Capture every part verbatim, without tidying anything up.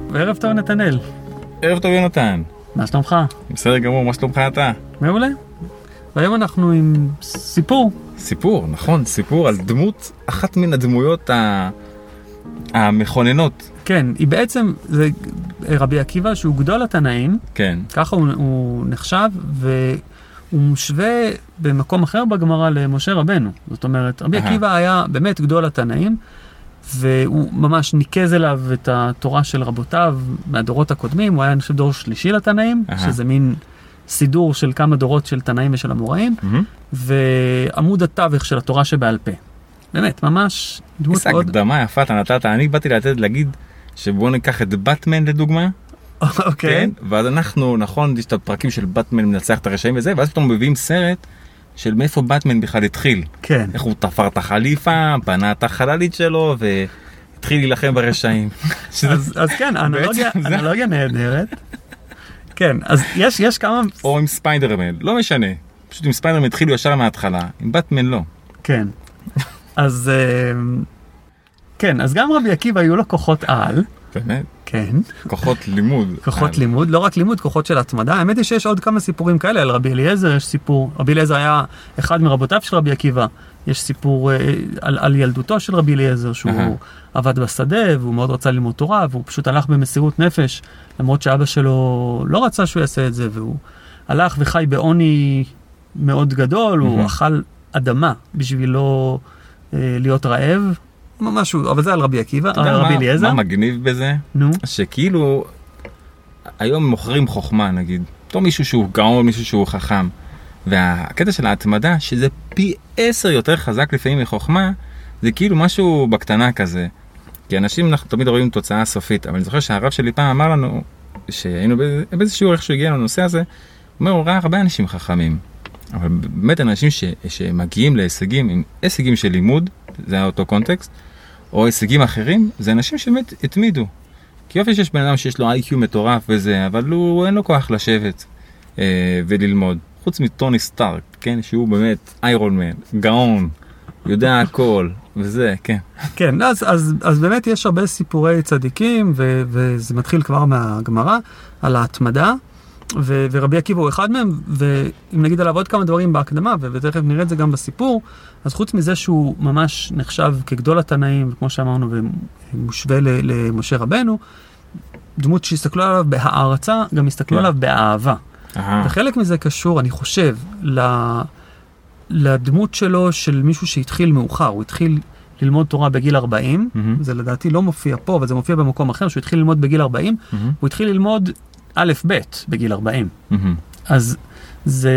וערב טוב נתנאל. ערב טוב יונתן. מה שלומך? בסדר גמור, מה שלומך אתה? מעולה. והיום אנחנו עם סיפור. סיפור, נכון, סיפור על דמות, אחת מן הדמויות ה... המכוננות. כן, היא בעצם, זה רבי עקיבא שהוא גדול התנאים. כן. ככה הוא, הוא נחשב, והוא משווה במקום אחר בגמרא למשה רבנו. זאת אומרת, רבי עקיבא היה באמת גדול התנאים, והוא ממש ניקז אליו את התורה של רבותיו מהדורות הקודמים. הוא היה אני חושב דור שלישי לתנאים, שזה מין סידור של כמה דורות של תנאים ושל אמוראים, ועמוד התווך של התורה שבעל פה. באמת, ממש דמות מאוד... איזה הקדמה יפה אתה נתת. אני באתי לתת להגיד שבואו ניקח את באטמן לדוגמה. אוקיי. כן? ואז אנחנו, נכון, יש את הפרקים של באטמן מנצח את הרשעים וזה, ואז פתאום מביאים סרט של מאיפה באטמן בכלל התחיל. כן. איך הוא תפר את החליפה, פנה את החללית שלו, והתחיל להילחם ברשעים. אז, אז כן, אנלוגיה, אנלוגיה נהדרת. כן, אז יש, יש כמה... או עם ספיידרמן, לא משנה. פשוט עם ספיידרמן התחילו ישר מההתחלה, עם באטמן לא. כן. אז... כן, אז גם רבי עקיבא היו לו כוחות על. באמת? כן. כוחות לימוד. כוחות לימוד, לא רק לימוד, כוחות של התמדה. האמת היא שיש עוד כמה סיפורים כאלה, על רבי אליעזר יש סיפור. רבי אליעזר היה אחד מרבותיו של רבי עקיבא. יש סיפור על, על ילדותו של רבי אליעזר, שהוא עבד בשדה, והוא מאוד רצה ללמוד תורה, והוא פשוט הלך במסירות נפש, למרות שאבא שלו לא רצה שהוא יעשה את זה, והוא הלך וחי בעוני מאוד גדול, הוא אכל אדמה בשביל לא להיות רעב. משהו, אבל זה על רבי עקיבא, רבי אליעזר. מה מגניב בזה? נו. שכאילו, היום מוכרים חוכמה, נגיד. אותו מישהו שהוא גאון, מישהו שהוא חכם. והקטע של ההתמדה, שזה פי עשר יותר חזק לפעמים מחוכמה, זה כאילו משהו בקטנה כזה. כי אנשים, אנחנו תמיד רואים תוצאה סופית, אבל אני זוכר שהרב שלי פעם אמר לנו, שהיינו באיזה שיעור איך שהוא הגיע לנושא הזה, הוא אומר, הוא ראה הרבה אנשים חכמים. אבל באמת אנשים ש, שמגיעים להישגים, עם הישגים של לימוד, זה היה אותו קונטקסט, או הישגים אחרים, זה אנשים שבאמת התמידו. כי יופי שיש בן אדם שיש לו איי קיו מטורף וזה, אבל הוא אין לו כוח לשבת אה, וללמוד. חוץ מטוני סטארק, כן? שהוא באמת איירון מן, גאון, יודע הכל, וזה, כן. כן, אז, אז, אז באמת יש הרבה סיפורי צדיקים, ו, וזה מתחיל כבר מהגמרא, על ההתמדה, ו, ורבי עקיבא הוא אחד מהם, ואם נגיד עליו עוד כמה דברים בהקדמה, ו, ותכף נראה את זה גם בסיפור, אז חוץ מזה שהוא ממש נחשב כגדול התנאים, כמו שאמרנו, ומושווה למשה רבנו, דמות שהסתכלו עליו בהערצה, גם הסתכלו עליו באהבה. וחלק מזה קשור, אני חושב, לדמות שלו של מישהו שהתחיל מאוחר. הוא התחיל ללמוד תורה בגיל ארבעים, זה לדעתי לא מופיע פה, אבל זה מופיע במקום אחר, שהוא התחיל ללמוד בגיל ארבעים, הוא התחיל ללמוד א' ב' בגיל ארבעים. אז זה...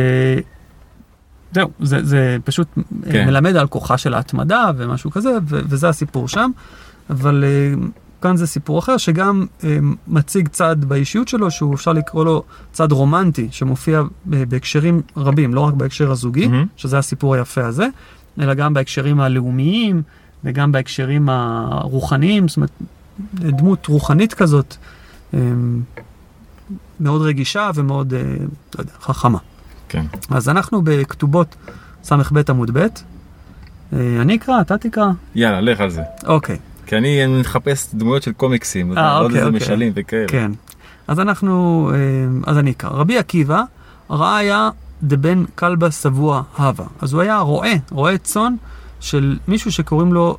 זהו, זה, זה פשוט כן. מלמד על כוחה של ההתמדה ומשהו כזה, ו- וזה הסיפור שם. אבל uh, כאן זה סיפור אחר, שגם uh, מציג צד באישיות שלו, שהוא אפשר לקרוא לו צד רומנטי, שמופיע בהקשרים רבים, לא רק בהקשר הזוגי, mm-hmm. שזה הסיפור היפה הזה, אלא גם בהקשרים הלאומיים, וגם בהקשרים הרוחניים, זאת אומרת, דמות רוחנית כזאת, um, מאוד רגישה ומאוד, uh, לא יודע, חכמה. כן. אז אנחנו בכתובות סמך בית עמוד בית. אני אקרא, אתה תקרא. יאללה, לך על זה. אוקיי. כי אני מחפש דמויות של קומיקסים, אה, לא אוקיי, איזה אוקיי. משלים וכאלה. כן. אז אנחנו, אז אני אקרא. רבי עקיבא ראה היה דבן כלבה שבוע הווה. אז הוא היה רועה, רועה צאן של מישהו שקוראים לו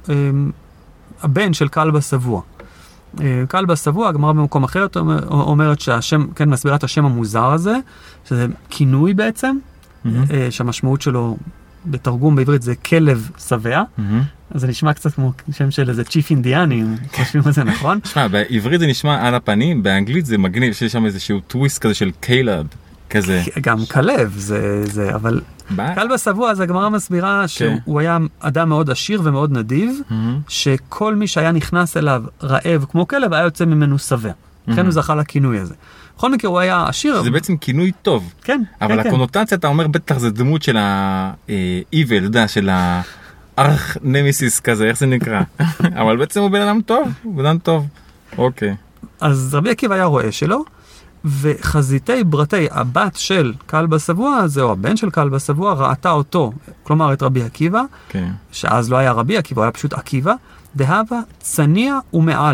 הבן של כלבה שבוע. כלבה שבוע, הגמרא במקום אחר אומרת שהשם, כן, מסבירה את השם המוזר הזה, שזה כינוי בעצם, mm-hmm. שהמשמעות שלו בתרגום בעברית זה כלב שבע, mm-hmm. אז זה נשמע קצת כמו שם של איזה צ'יף אינדיאני, חושבים על זה נכון? תשמע, בעברית זה נשמע על הפנים, באנגלית זה מגניב, שיש שם איזשהו טוויסט כזה של קיילב, כזה. גם כלב, זה, זה, אבל כלבה שבוע, אז הגמרא מסבירה שהוא היה אדם מאוד עשיר ומאוד נדיב, שכל מי שהיה נכנס אליו רעב כמו כלב, היה יוצא ממנו שבע. לכן הוא זכה לכינוי הזה. בכל מקרה הוא היה עשיר. זה בעצם כינוי טוב. כן. אבל הקונוטציה, אתה אומר, בטח זה דמות של ה-evil, אתה יודע, של הארך נמיסיס כזה, איך זה נקרא? אבל בעצם הוא בן אדם טוב, הוא בן אדם טוב. אוקיי. אז רבי עקיבא היה רועה שלו, וחזיתי ברתי, הבת של כלבה שבוע, זה או הבן של כלבה שבוע, ראתה אותו, כלומר את רבי עקיבא, okay. שאז לא היה רבי עקיבא, היה פשוט עקיבא, דהבה צניע ומעלי.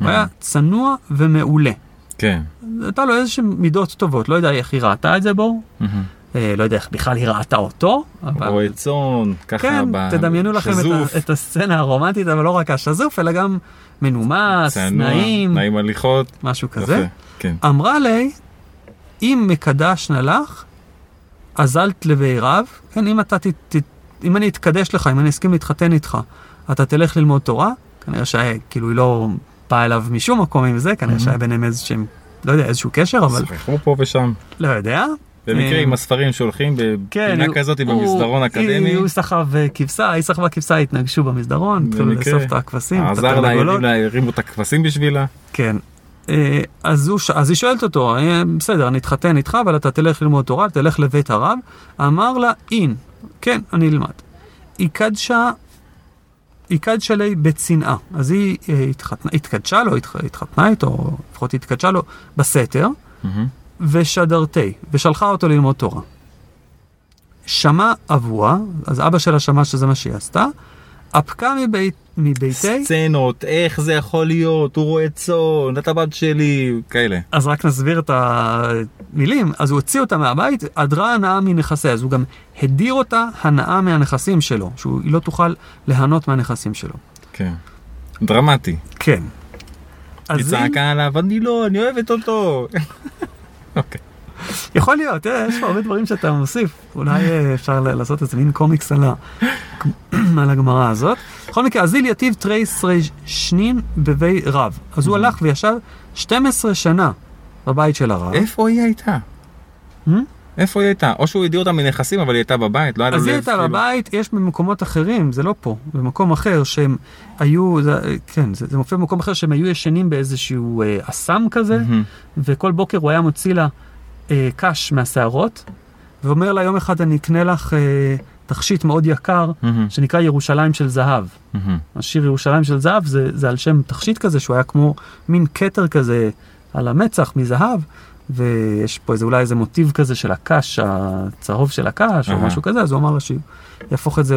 הוא היה צנוע ומעולה. כן. הייתה לו איזושהי מידות טובות, לא יודע איך היא ראתה את זה בו, לא יודע איך בכלל היא ראתה אותו. רואה צאן, ככה כן, תדמיינו לכם את הסצנה הרומנטית, אבל לא רק השזוף, אלא גם מנומס, נעים. נעים הליכות. משהו כזה. אמרה לי, אם מקדש נלך, אזלת לבי רב, כן, אם אתה, אם אני אתקדש לך, אם אני אסכים להתחתן איתך, אתה תלך ללמוד תורה, כנראה שהיה, כאילו היא לא באה אליו משום מקום עם זה, כנראה שהיה ביניהם איזשהם, לא יודע, איזשהו קשר, אבל... שכחו פה ושם. לא יודע. במקרה עם הספרים שהולכים בפינה כזאת במסדרון אקדמי. הוא סחב כבשה, היא סחבה כבשה, התנגשו במסדרון, התחילו לאסוף את הכבשים, את התרנגולות. עזר לה, הרימו את הכבשים בשבילה. כן. אז, הוא, אז היא שואלת אותו, בסדר, אני אתחתן איתך, אבל אתה תלך ללמוד תורה, תלך לבית הרב. אמר לה, אין, כן, אני אלמד. היא קדשה, היא קדשה לי בצנעה. אז היא התחתנה, התקדשה לו, התחתנה איתו, לפחות התקדשה לו בסתר, mm-hmm. ושדרתי, ושלחה אותו ללמוד תורה. שמע אבוה, אז אבא שלה שמע שזה מה שהיא עשתה, אפקה מבית, מביתי... סצנות, איך זה יכול להיות, הוא רואה צאן, את הבת שלי, כאלה. אז רק נסביר את המילים. אז הוא הוציא אותה מהבית, עדרה הנאה מנכסיה, אז הוא גם הדיר אותה הנאה מהנכסים שלו, שהיא לא תוכל ליהנות מהנכסים שלו. כן. דרמטי. כן. היא צעקה עליו, אני לא, אני אוהבת אותו. אוקיי. יכול להיות, יש פה הרבה דברים שאתה מוסיף. אולי אפשר לעשות איזה מין קומיקס על הגמרא הזאת. בכל מקרה, אזיל יתיב תרי עשרה שנין בבי רב. אז הוא הלך וישב שתים עשרה שנה בבית של הרב. איפה היא הייתה? איפה היא הייתה? או שהוא ידיר אותה מנכסים, אבל היא הייתה בבית. אז היא הייתה בבית, יש במקומות אחרים, זה לא פה, במקום אחר שהם היו, כן, זה מופיע במקום אחר שהם היו ישנים באיזשהו אסם כזה, וכל בוקר הוא היה מוציא לה קש מהשערות, ואומר לה, יום אחד אני אקנה לך תכשיט מאוד יקר, שנקרא ירושלים של זהב. השיר ירושלים של זהב, זה על שם תכשיט כזה, שהוא היה כמו מין קטר כזה על המצח מזהב, ויש פה איזה, אולי איזה מוטיב כזה של הקש, הצהוב של הקש, או משהו כזה, אז הוא אמר לה שיהפוך את זה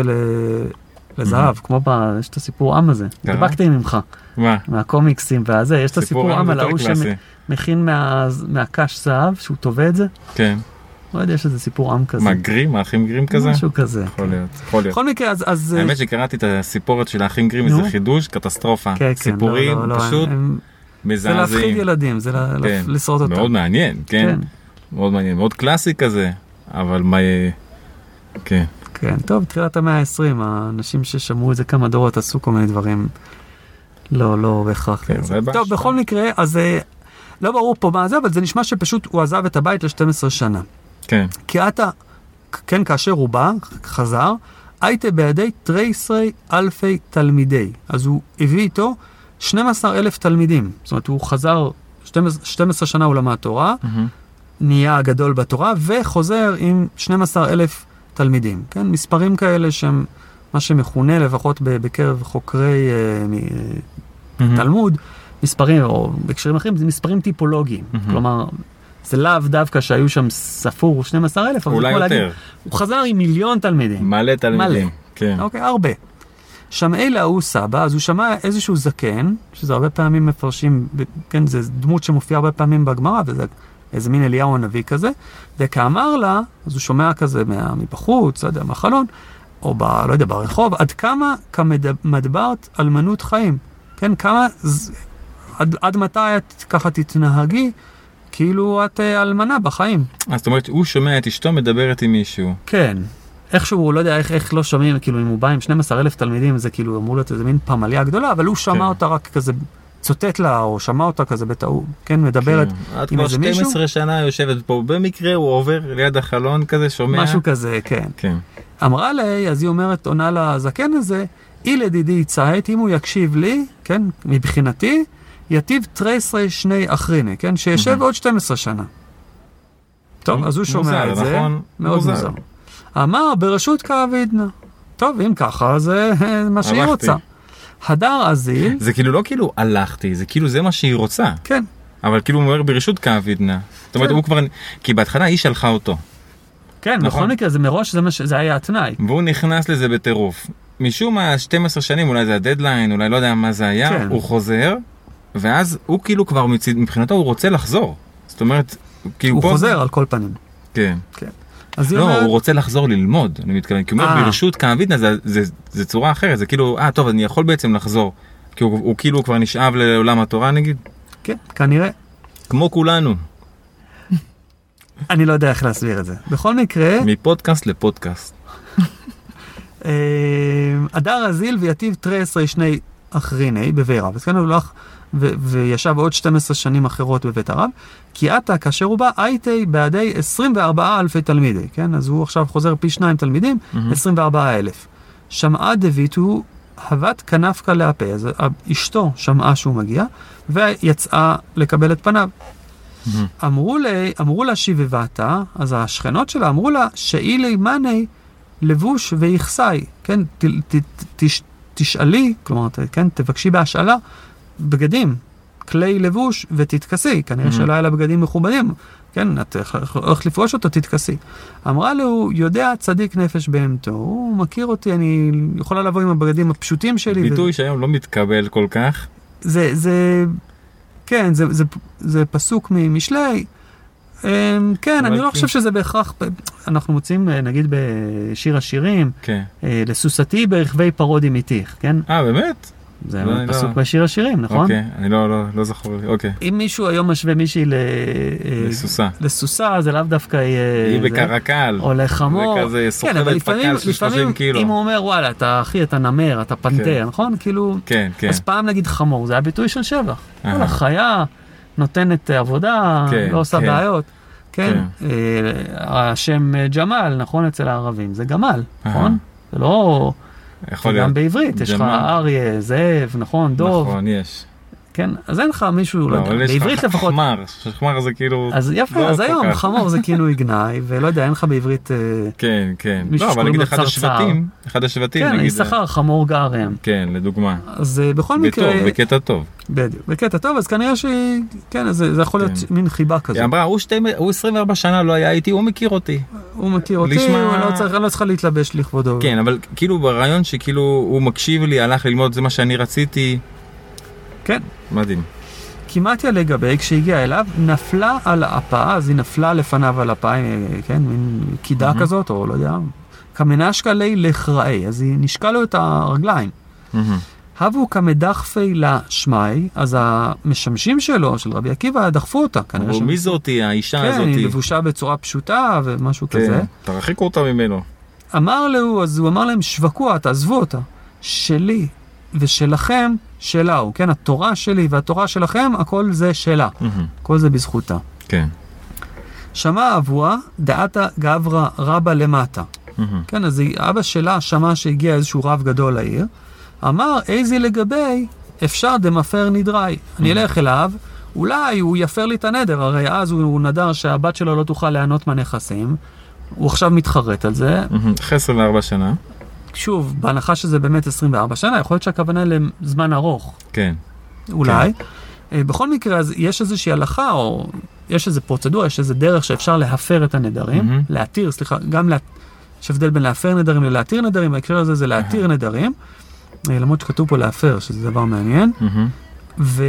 לזהב, כמו ב... יש את הסיפור עם הזה. דבקתי ממך. מה? מהקומיקסים והזה, יש את הסיפור עם על ההוא שמכין מהקש זהב, שהוא טובה את זה. כן. לא יודע, יש איזה סיפור עם כזה. מה, גרים? האחים גרים כזה? משהו כזה. יכול להיות, יכול להיות. בכל מקרה, אז... האמת שקראתי את הסיפורת של האחים גרים, איזה חידוש, קטסטרופה. סיפורים, פשוט מזעזעים. זה להפחיד ילדים, זה לשרוד אותם. מאוד מעניין, כן. מאוד מעניין, מאוד קלאסי כזה, אבל מה... כן. כן, טוב, תחילת המאה ה-עשרים, האנשים ששמעו את זה כמה דורות עשו כל מיני דברים לא, לא בהכרח. טוב, בכל מקרה, אז לא ברור פה מה זה, אבל זה נשמע שפשוט הוא עזב את הבית ל-שתים עשרה שנה. כן. כי אתה, כן, כאשר הוא בא, חזר, הייתה בידי תרי עשרה אלפי תלמידי. אז הוא הביא איתו שנים עשר אלף תלמידים. זאת אומרת, הוא חזר, שתים עשרה שנה הוא למד תורה, נהיה גדול בתורה, וחוזר עם שנים עשר אלף תלמידים. כן, מספרים כאלה שהם מה שמכונה לפחות בקרב חוקרי תלמוד, מספרים, או בהקשרים אחרים, זה מספרים טיפולוגיים. כלומר, זה לאו דווקא שהיו שם ספור שנים עשר אלף, אולי יותר. הוא חזר עם מיליון תלמידים. מלא תלמידים. כן. אוקיי, הרבה. שמעי לה הוא סבא, אז הוא שמע איזשהו זקן, שזה הרבה פעמים מפרשים, כן, זה דמות שמופיעה הרבה פעמים בגמרא, וזה איזה מין אליהו הנביא כזה, וכאמר לה, אז הוא שומע כזה מבחוץ, לא יודע, מהחלון, או ב, לא יודע, ברחוב, עד כמה כמדברת אלמנות חיים. כן, כמה, עד, עד מתי את ככה תתנהגי, כאילו את אלמנה בחיים. אז זאת אומרת, הוא שומע את אשתו מדברת עם מישהו. כן. איכשהו, לא יודע איך, איך לא שומעים, כאילו אם הוא בא עם שנים עשר אלף תלמידים, זה כאילו אמור להיות איזה מין פמליה גדולה, אבל הוא שמע כן. אותה רק כזה, צוטט לה, או שמע אותה כזה בטעות, כן, מדברת כן. עם איזה מישהו. שתים עשרה שנה יושבת פה, במקרה הוא עובר ליד החלון כזה, שומע. משהו כזה, כן. כן. אמרה לי, אז היא אומרת, עונה לזקן הזה, אי לדידי יצאת, אם הוא יקשיב לי, כן, מבחינתי, יטיב תרי עשרה שני אחריני, כן, שישב עוד שתים עשרה שנה. טוב, אז הוא שומע את זה, מאוד מוזר. אמר, ברשות כאבידנה. טוב, אם ככה, זה מה שהיא רוצה. הדר אזיל. זה כאילו לא כאילו הלכתי, זה כאילו זה מה שהיא רוצה. כן. אבל כאילו הוא אומר ברשות כאבידנה. זאת אומרת, הוא כבר, כי בהתחלה היא שלחה אותו. כן, בכל מקרה, זה מראש, זה היה התנאי. והוא נכנס לזה בטירוף. משום מה, שתים עשרה שנים, אולי זה הדדליין, אולי לא יודע מה זה היה, הוא חוזר, ואז הוא כאילו כבר מבחינתו הוא רוצה לחזור. זאת אומרת, הוא חוזר על כל פנים. כן. כן. לא, הוא רוצה לחזור ללמוד, אני מתכוון, כי הוא אומר, ברשות כאבידנה זה צורה אחרת, זה כאילו, אה, טוב, אני יכול בעצם לחזור, כי הוא כאילו כבר נשאב לעולם התורה, נגיד? כן, כנראה. כמו כולנו. אני לא יודע איך להסביר את זה. בכל מקרה... מפודקאסט לפודקאסט. אדר אזיל ויתיב תרי עשרה שני אחריני בבית רב. אז כאן הוא הולך וישב עוד שתים עשרה שנים אחרות בבית הרב, כי עתה כאשר הוא בא הייתי בעדי עשרים וארבעה אלפי תלמידי, כן? אז הוא עכשיו חוזר פי שניים תלמידים, עשרים וארבעה אלף. שמעה דביתו הבאת כנפקה להפה, אז אשתו שמעה שהוא מגיע, ויצאה לקבל את פניו. אמרו לה, אמרו לה שיבבתה, אז השכנות שלה אמרו לה, שאי לי מני לבוש ויחסי, כן? ת, ת, ת, תשאלי, כלומר, כן? תבקשי בהשאלה, בגדים, כלי לבוש ותתכסי, כנראה שלא היה לה בגדים מכובדים, כן? את הולכת לפרוש אותו, תתכסי. אמרה לו, יודע צדיק נפש בהמתו, הוא מכיר אותי, אני יכולה לבוא עם הבגדים הפשוטים שלי. ביטוי שהיום לא מתקבל כל כך. זה, זה, כן, זה, זה, זה פסוק ממשלי. כן, אני לא חושב שזה בהכרח, אנחנו מוצאים, נגיד בשיר השירים, לסוסתי ברכבי פרודי מיתיך, כן? אה, באמת? זה פסוק בשיר השירים, נכון? אוקיי, אני לא זכור לי, אוקיי. אם מישהו היום משווה מישהי לסוסה, לסוסה, זה לאו דווקא יהיה... היא בקרקל. או לחמור. וכזה סוחבת פקל של שלושים קילו. אם הוא אומר, וואלה, אתה אחי, אתה נמר, אתה פנתר, נכון? כאילו... כן, כן. אז פעם נגיד חמור, זה היה ביטוי של שבח. וואלה, חיה נותנת עבודה, לא עושה בעיות. כן? השם ג'מל, נכון, אצל הערבים, זה גמל, נכון? זה לא... גם בעברית, יש לך אריה, זאב, נכון, דוב. נכון, יש. כן, אז אין לך מישהו, לא יודע, בעברית לפחות. חמר, חמר זה כאילו... אז יפה, אז היום חמור זה כאילו יגנאי, ולא יודע, אין לך בעברית... כן, כן. לא, אבל נגיד אחד השבטים, אחד השבטים, נגיד... כן, יששכר, חמור גרם. כן, לדוגמה. אז בכל מקרה... בטוב, בקטע טוב. בדיוק, בקטע טוב, אז כנראה ש... כן, זה יכול להיות מין חיבה כזו. היא אמרה, הוא עשרים וארבע שנה לא היה איתי, הוא מכיר אותי. הוא מכיר אותי, הוא לא צריך להתלבש לכבודו. כן, אבל כאילו ברעיון שכאילו הוא מקשיב לי, הלך ללמוד, זה מה שאני רציתי. כן. מדהים. כמעט לגבי, כשהגיעה אליו, נפלה על האפה, אז היא נפלה לפניו על האפה, כן, מין קידה mm-hmm. כזאת, או לא יודע, כמנשקה לי לחראי, אז היא נשקה לו את הרגליים. Mm-hmm. הבו כמדחפי לשמי, אז המשמשים שלו, של רבי עקיבא, דחפו אותה. אבל מי זאתי, האישה כן, הזאתי? כן, היא לבושה בצורה פשוטה ומשהו כן, כזה. תרחיקו אותה ממנו. אמר לו, אז הוא אמר להם, שבקו, תעזבו אותה. שלי ושלכם, שלה הוא. כן, התורה שלי והתורה שלכם, הכל זה שלה. Mm-hmm. כל זה בזכותה. כן. שמע אבוה, דעתה גברא רבה למטה. Mm-hmm. כן, אז אבא שלה שמע שהגיע איזשהו רב גדול לעיר, אמר, איזי לגבי, אפשר דמפר נדרי. Mm-hmm. אני אלך אליו, אולי הוא יפר לי את הנדר, הרי אז הוא, הוא נדר שהבת שלו לא תוכל ליהנות מהנכסים, הוא עכשיו מתחרט על זה. Mm-hmm. אחרי עשרים וארבע שנה. שוב, בהנחה שזה באמת עשרים וארבע שנה, יכול להיות שהכוונה לזמן ארוך. כן. אולי. כן. בכל מקרה, אז יש איזושהי הלכה, או יש איזו פרוצדורה, יש איזו דרך שאפשר להפר את הנדרים, mm-hmm. להתיר, סליחה, גם לה... יש הבדל בין להפר נדרים ללהתיר נדרים, בהקשר הזה זה להתיר mm-hmm. נדרים, למרות שכתוב פה להפר, שזה דבר מעניין, mm-hmm. ו...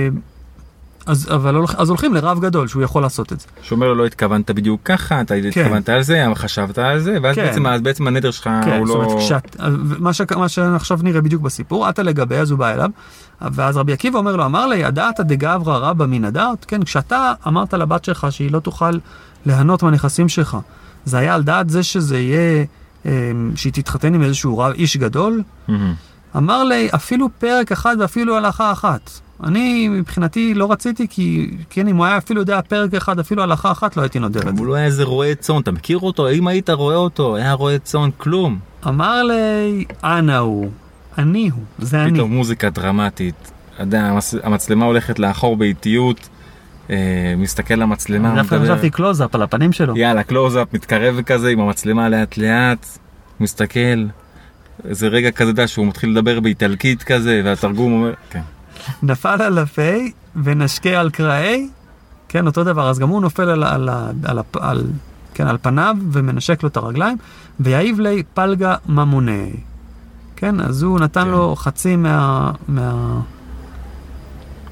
אז, אבל, אז הולכים לרב גדול שהוא יכול לעשות את זה. שאומר לו, לא התכוונת בדיוק ככה, אתה כן. התכוונת על זה, חשבת על זה, ואז כן. בעצם, אז בעצם הנדר שלך כן, הוא זאת לא... אומרת, כשאת, מה, ש, מה שעכשיו נראה בדיוק בסיפור, אתה לגבי, אז הוא בא אליו, ואז רבי עקיבא אומר לו, אמר לי, ידעת דגברא רבא מן הדעת? כן, כשאתה אמרת לבת שלך שהיא לא תוכל ליהנות מהנכסים שלך, זה היה על דעת זה שזה יהיה, שהיא תתחתן עם איזשהו רב, איש גדול? Mm-hmm. אמר לי, אפילו פרק אחד ואפילו הלכה אחת. אני מבחינתי לא רציתי, כי כן, אם הוא היה אפילו יודע פרק אחד, אפילו הלכה אחת, לא הייתי נודר את זה. הוא לא היה איזה רועה צאן, אתה מכיר אותו? אם היית רואה אותו, היה רועה צאן, כלום. אמר לי, אנא הוא, אני הוא, זה אני. פתאום מוזיקה דרמטית, המצלמה הולכת לאחור באיטיות, מסתכל למצלמה. אני דווקא חשבתי קלוזאפ על הפנים שלו. יאללה, קלוזאפ, מתקרב כזה עם המצלמה לאט לאט, מסתכל, איזה רגע כזה דה שהוא מתחיל לדבר באיטלקית כזה, והתרגום אומר, כן. נפל על הפי ונשקה על קראי, כן, אותו דבר, אז גם הוא נופל על, על, על, על, כן, על פניו ומנשק לו את הרגליים, ויעיב לי פלגה ממוני. כן, אז הוא נתן כן. לו חצי מה... מה...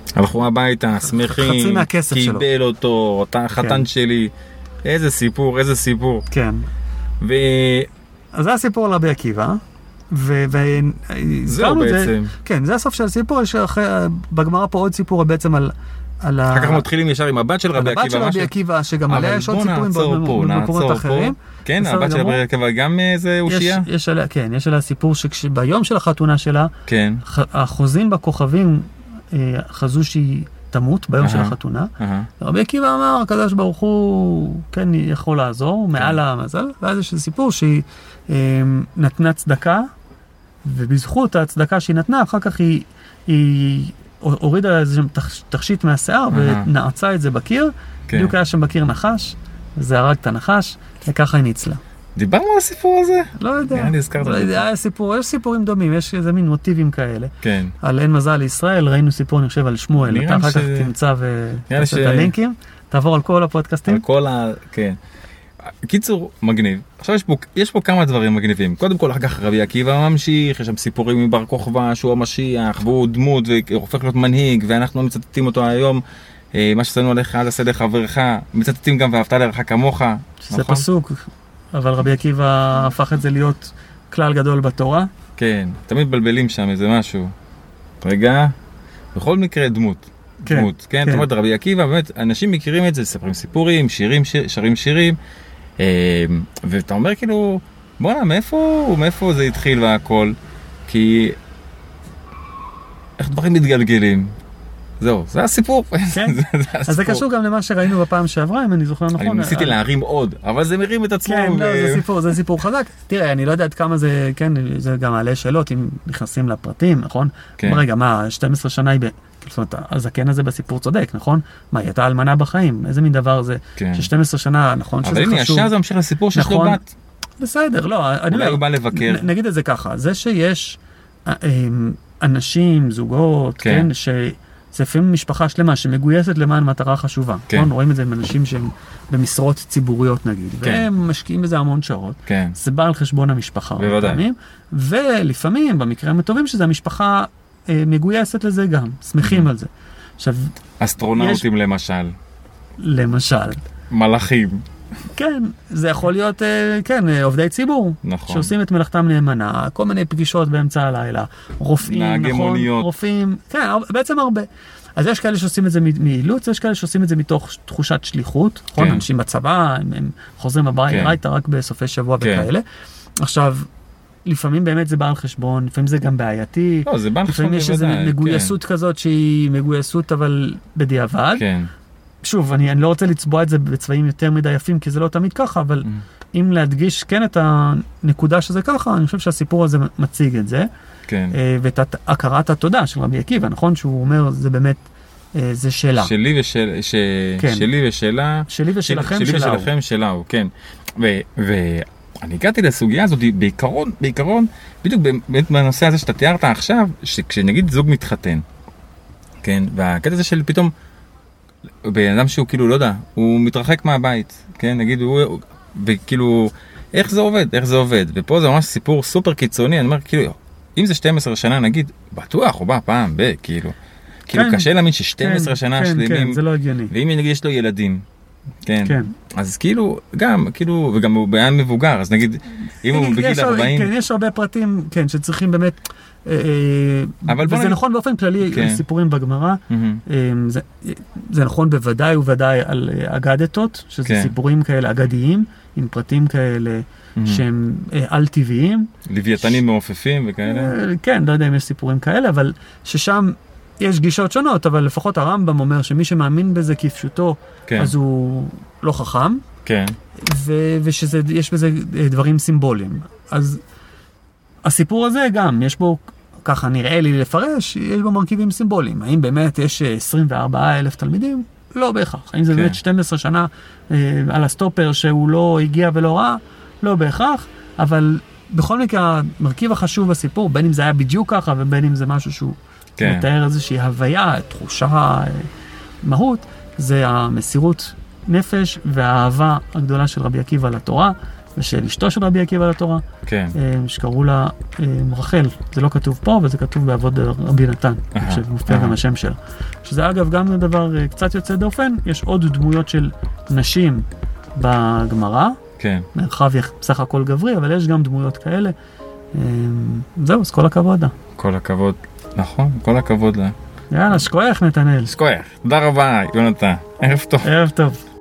הלכו הביתה, שמחים, חצי מהכסף שלו. קיבל אותו, החתן שלי, איזה סיפור, איזה סיפור. כן. ו... אז זה הסיפור על רבי עקיבא, ו... זהו בעצם. כן, זה הסוף של הסיפור, יש אחרי, בגמרא פה עוד סיפור בעצם על... אחר כך מתחילים ישר עם הבת של רבי עקיבא. הבת של רבי עקיבא, שגם עליה יש עוד סיפורים במקומות אחרים. כן, הבת של רבי עקיבא גם איזה אושייה? כן, יש עליה סיפור שביום של החתונה שלה, החוזים בכוכבים חזו שהיא תמות ביום של החתונה. רבי עקיבא אמר, הקדוש ברוך הוא כן יכול לעזור, מעל המזל, ואז יש סיפור שהיא נתנה צדקה, ובזכות הצדקה שהיא נתנה, אחר כך היא הורידה איזה תכשיט מהשיער ונעצה את זה בקיר, בדיוק היה שם בקיר נחש, וזה הרג את הנחש, וככה היא ניצלה. דיברנו על הסיפור הזה? לא יודע. היה סיפור, יש סיפורים דומים, יש איזה מין מוטיבים כאלה. כן. על אין מזל לישראל, ראינו סיפור, אני חושב, על שמואל. אתה אחר כך תמצא ותעשה את הלינקים, תעבור על כל הפודקאסטים. על כל ה... כן. קיצור, מגניב. עכשיו יש פה, יש פה כמה דברים מגניבים. קודם כל, אחר כך רבי עקיבא ממשיך, יש שם סיפורים מבר כוכבא, שהוא המשיח, והוא דמות, והופך להיות מנהיג, ואנחנו מצטטים אותו היום, מה ששנו עליך, אל תעשה לחברך, מצטטים גם ואהבת לרעך כמוך. זה פסוק, אבל רבי עקיבא הפך את זה להיות כלל גדול בתורה. כן, תמיד בלבלים שם איזה משהו. רגע, בכל מקרה דמות. כן, דמות, כן, זאת אומרת, רבי עקיבא, באמת, אנשים מכירים את זה, ספרים סיפורים, שירים, שיר, שרים שירים, ואתה אומר כאילו, בוא'נה, מאיפה, מאיפה זה התחיל והכל? כי איך דברים מתגלגלים? זהו, זה הסיפור. כן, אז זה קשור גם למה שראינו בפעם שעברה, אם אני זוכר נכון. אני ניסיתי להרים עוד, אבל זה מרים את עצמו. כן, לא, זה סיפור, זה סיפור חזק. תראה, אני לא יודע עד כמה זה, כן, זה גם מעלה שאלות, אם נכנסים לפרטים, נכון? רגע, מה, שתים עשרה שנה היא ב... זאת אומרת, הזקן הזה בסיפור צודק, נכון? מה, היא הייתה אלמנה בחיים? איזה מין דבר זה? ש-שתים עשרה שנה, נכון שזה חשוב? אבל הנה, ישר זה ממשיך לסיפור שיש לו בת. בסדר, לא. אולי הוא בא לבקר. נגיד את זה ככה, זה שיש אנשים, זוגות, כן, שזה לפעמים משפחה שלמה שמגויסת למען מטרה חשובה. נכון? רואים את זה עם אנשים שהם במשרות ציבוריות נגיד, והם משקיעים בזה המון שעות. זה בא על חשבון המשפחה. בוודאי. ולפעמים, במקרים הטובים, שזה המשפחה מגויסת לזה גם, שמחים על זה. עכשיו, אסטרונאוטים למשל. למשל. מלאכים. כן, זה יכול להיות, כן, עובדי ציבור. נכון. שעושים את מלאכתם נאמנה, כל מיני פגישות באמצע הלילה, רופאים, נכון, מוניות. רופאים, כן, בעצם הרבה. אז יש כאלה שעושים את זה מאילוץ, יש כאלה שעושים את זה מתוך תחושת שליחות, נכון, אנשים בצבא, הם, הם חוזרים הביתה רק בסופי שבוע וכאלה. עכשיו, לפעמים באמת זה בא על חשבון, לפעמים זה גם בעייתי. לא, זה בא על חשבון לפעמים יש איזו מגויסות כזאת שהיא מגויסות אבל בדיעבד. כן. שוב, אני, אני לא רוצה לצבוע את זה בצבעים יותר מדי יפים, כי זה לא תמיד ככה, אבל mm. אם להדגיש כן את הנקודה שזה ככה, אני חושב שהסיפור הזה מציג את זה. כן. ואת הכרת התודה של רבי עקיבא, נכון? שהוא אומר, זה באמת, זה שלה. שלי ושל, ש... כן. שלי ושלה. שלי ושלכם שלי שלה. שלי ושלכם שלה, כן. ו... ו... אני הגעתי לסוגיה הזאת בעיקרון, בעיקרון, בדיוק בנושא הזה שאתה תיארת עכשיו, שכשנגיד זוג מתחתן, כן, והקטע הזה של פתאום, בן אדם שהוא כאילו, לא יודע, הוא מתרחק מהבית, כן, נגיד, הוא, וכאילו, איך זה עובד, איך זה עובד, ופה זה ממש סיפור סופר קיצוני, אני אומר, כאילו, אם זה שתים עשרה שנה, נגיד, בטוח, הוא בא פעם, ב, כאילו, כאילו, קשה להאמין ש-שתים עשרה שנה שלמים, כן, זה לא הגיוני. ואם נגיד יש לו ילדים, כן. כן. אז כאילו, גם, כאילו, וגם הוא בעין מבוגר, אז נגיד, אם הוא בגיל ארבעים... כן, יש הרבה פרטים, כן, שצריכים באמת, וזה נכון באופן כללי, סיפורים בגמרא, זה נכון בוודאי ובוודאי על אגדתות, שזה סיפורים כאלה אגדיים, עם פרטים כאלה שהם על-טבעיים. לוויתנים מעופפים וכאלה? כן, לא יודע אם יש סיפורים כאלה, אבל ששם... יש גישות שונות, אבל לפחות הרמב"ם אומר שמי שמאמין בזה כפשוטו, כן. אז הוא לא חכם, כן. ו- ושיש בזה דברים סימבוליים. אז הסיפור הזה גם, יש בו, ככה נראה לי לפרש, יש בו מרכיבים סימבוליים. האם באמת יש עשרים וארבעה אלף תלמידים? לא בהכרח. האם זה כן. באמת שתים עשרה שנה אה, על הסטופר שהוא לא הגיע ולא ראה? לא בהכרח, אבל בכל מקרה, המרכיב החשוב בסיפור, בין אם זה היה בדיוק ככה, ובין אם זה משהו שהוא כן. מתאר איזושהי הוויה, תחושה, מהות, זה המסירות נפש והאהבה הגדולה של רבי עקיבא לתורה, ושל אשתו של רבי עקיבא לתורה, כן. שקראו לה רחל. זה לא כתוב פה, אבל זה כתוב בעבוד רבי נתן, שמופיע גם השם שלה. שזה אגב גם דבר קצת יוצא דופן, יש עוד דמויות של נשים בגמרא, כן. מרחב בסך הכל גברי, אבל יש גם דמויות כאלה. זהו, אז כל הכבוד לה. כל הכבוד, נכון, כל הכבוד לה. יאללה, שכוח נתנאל. שכוח, תודה רבה, יונתן. ערב טוב. ערב טוב.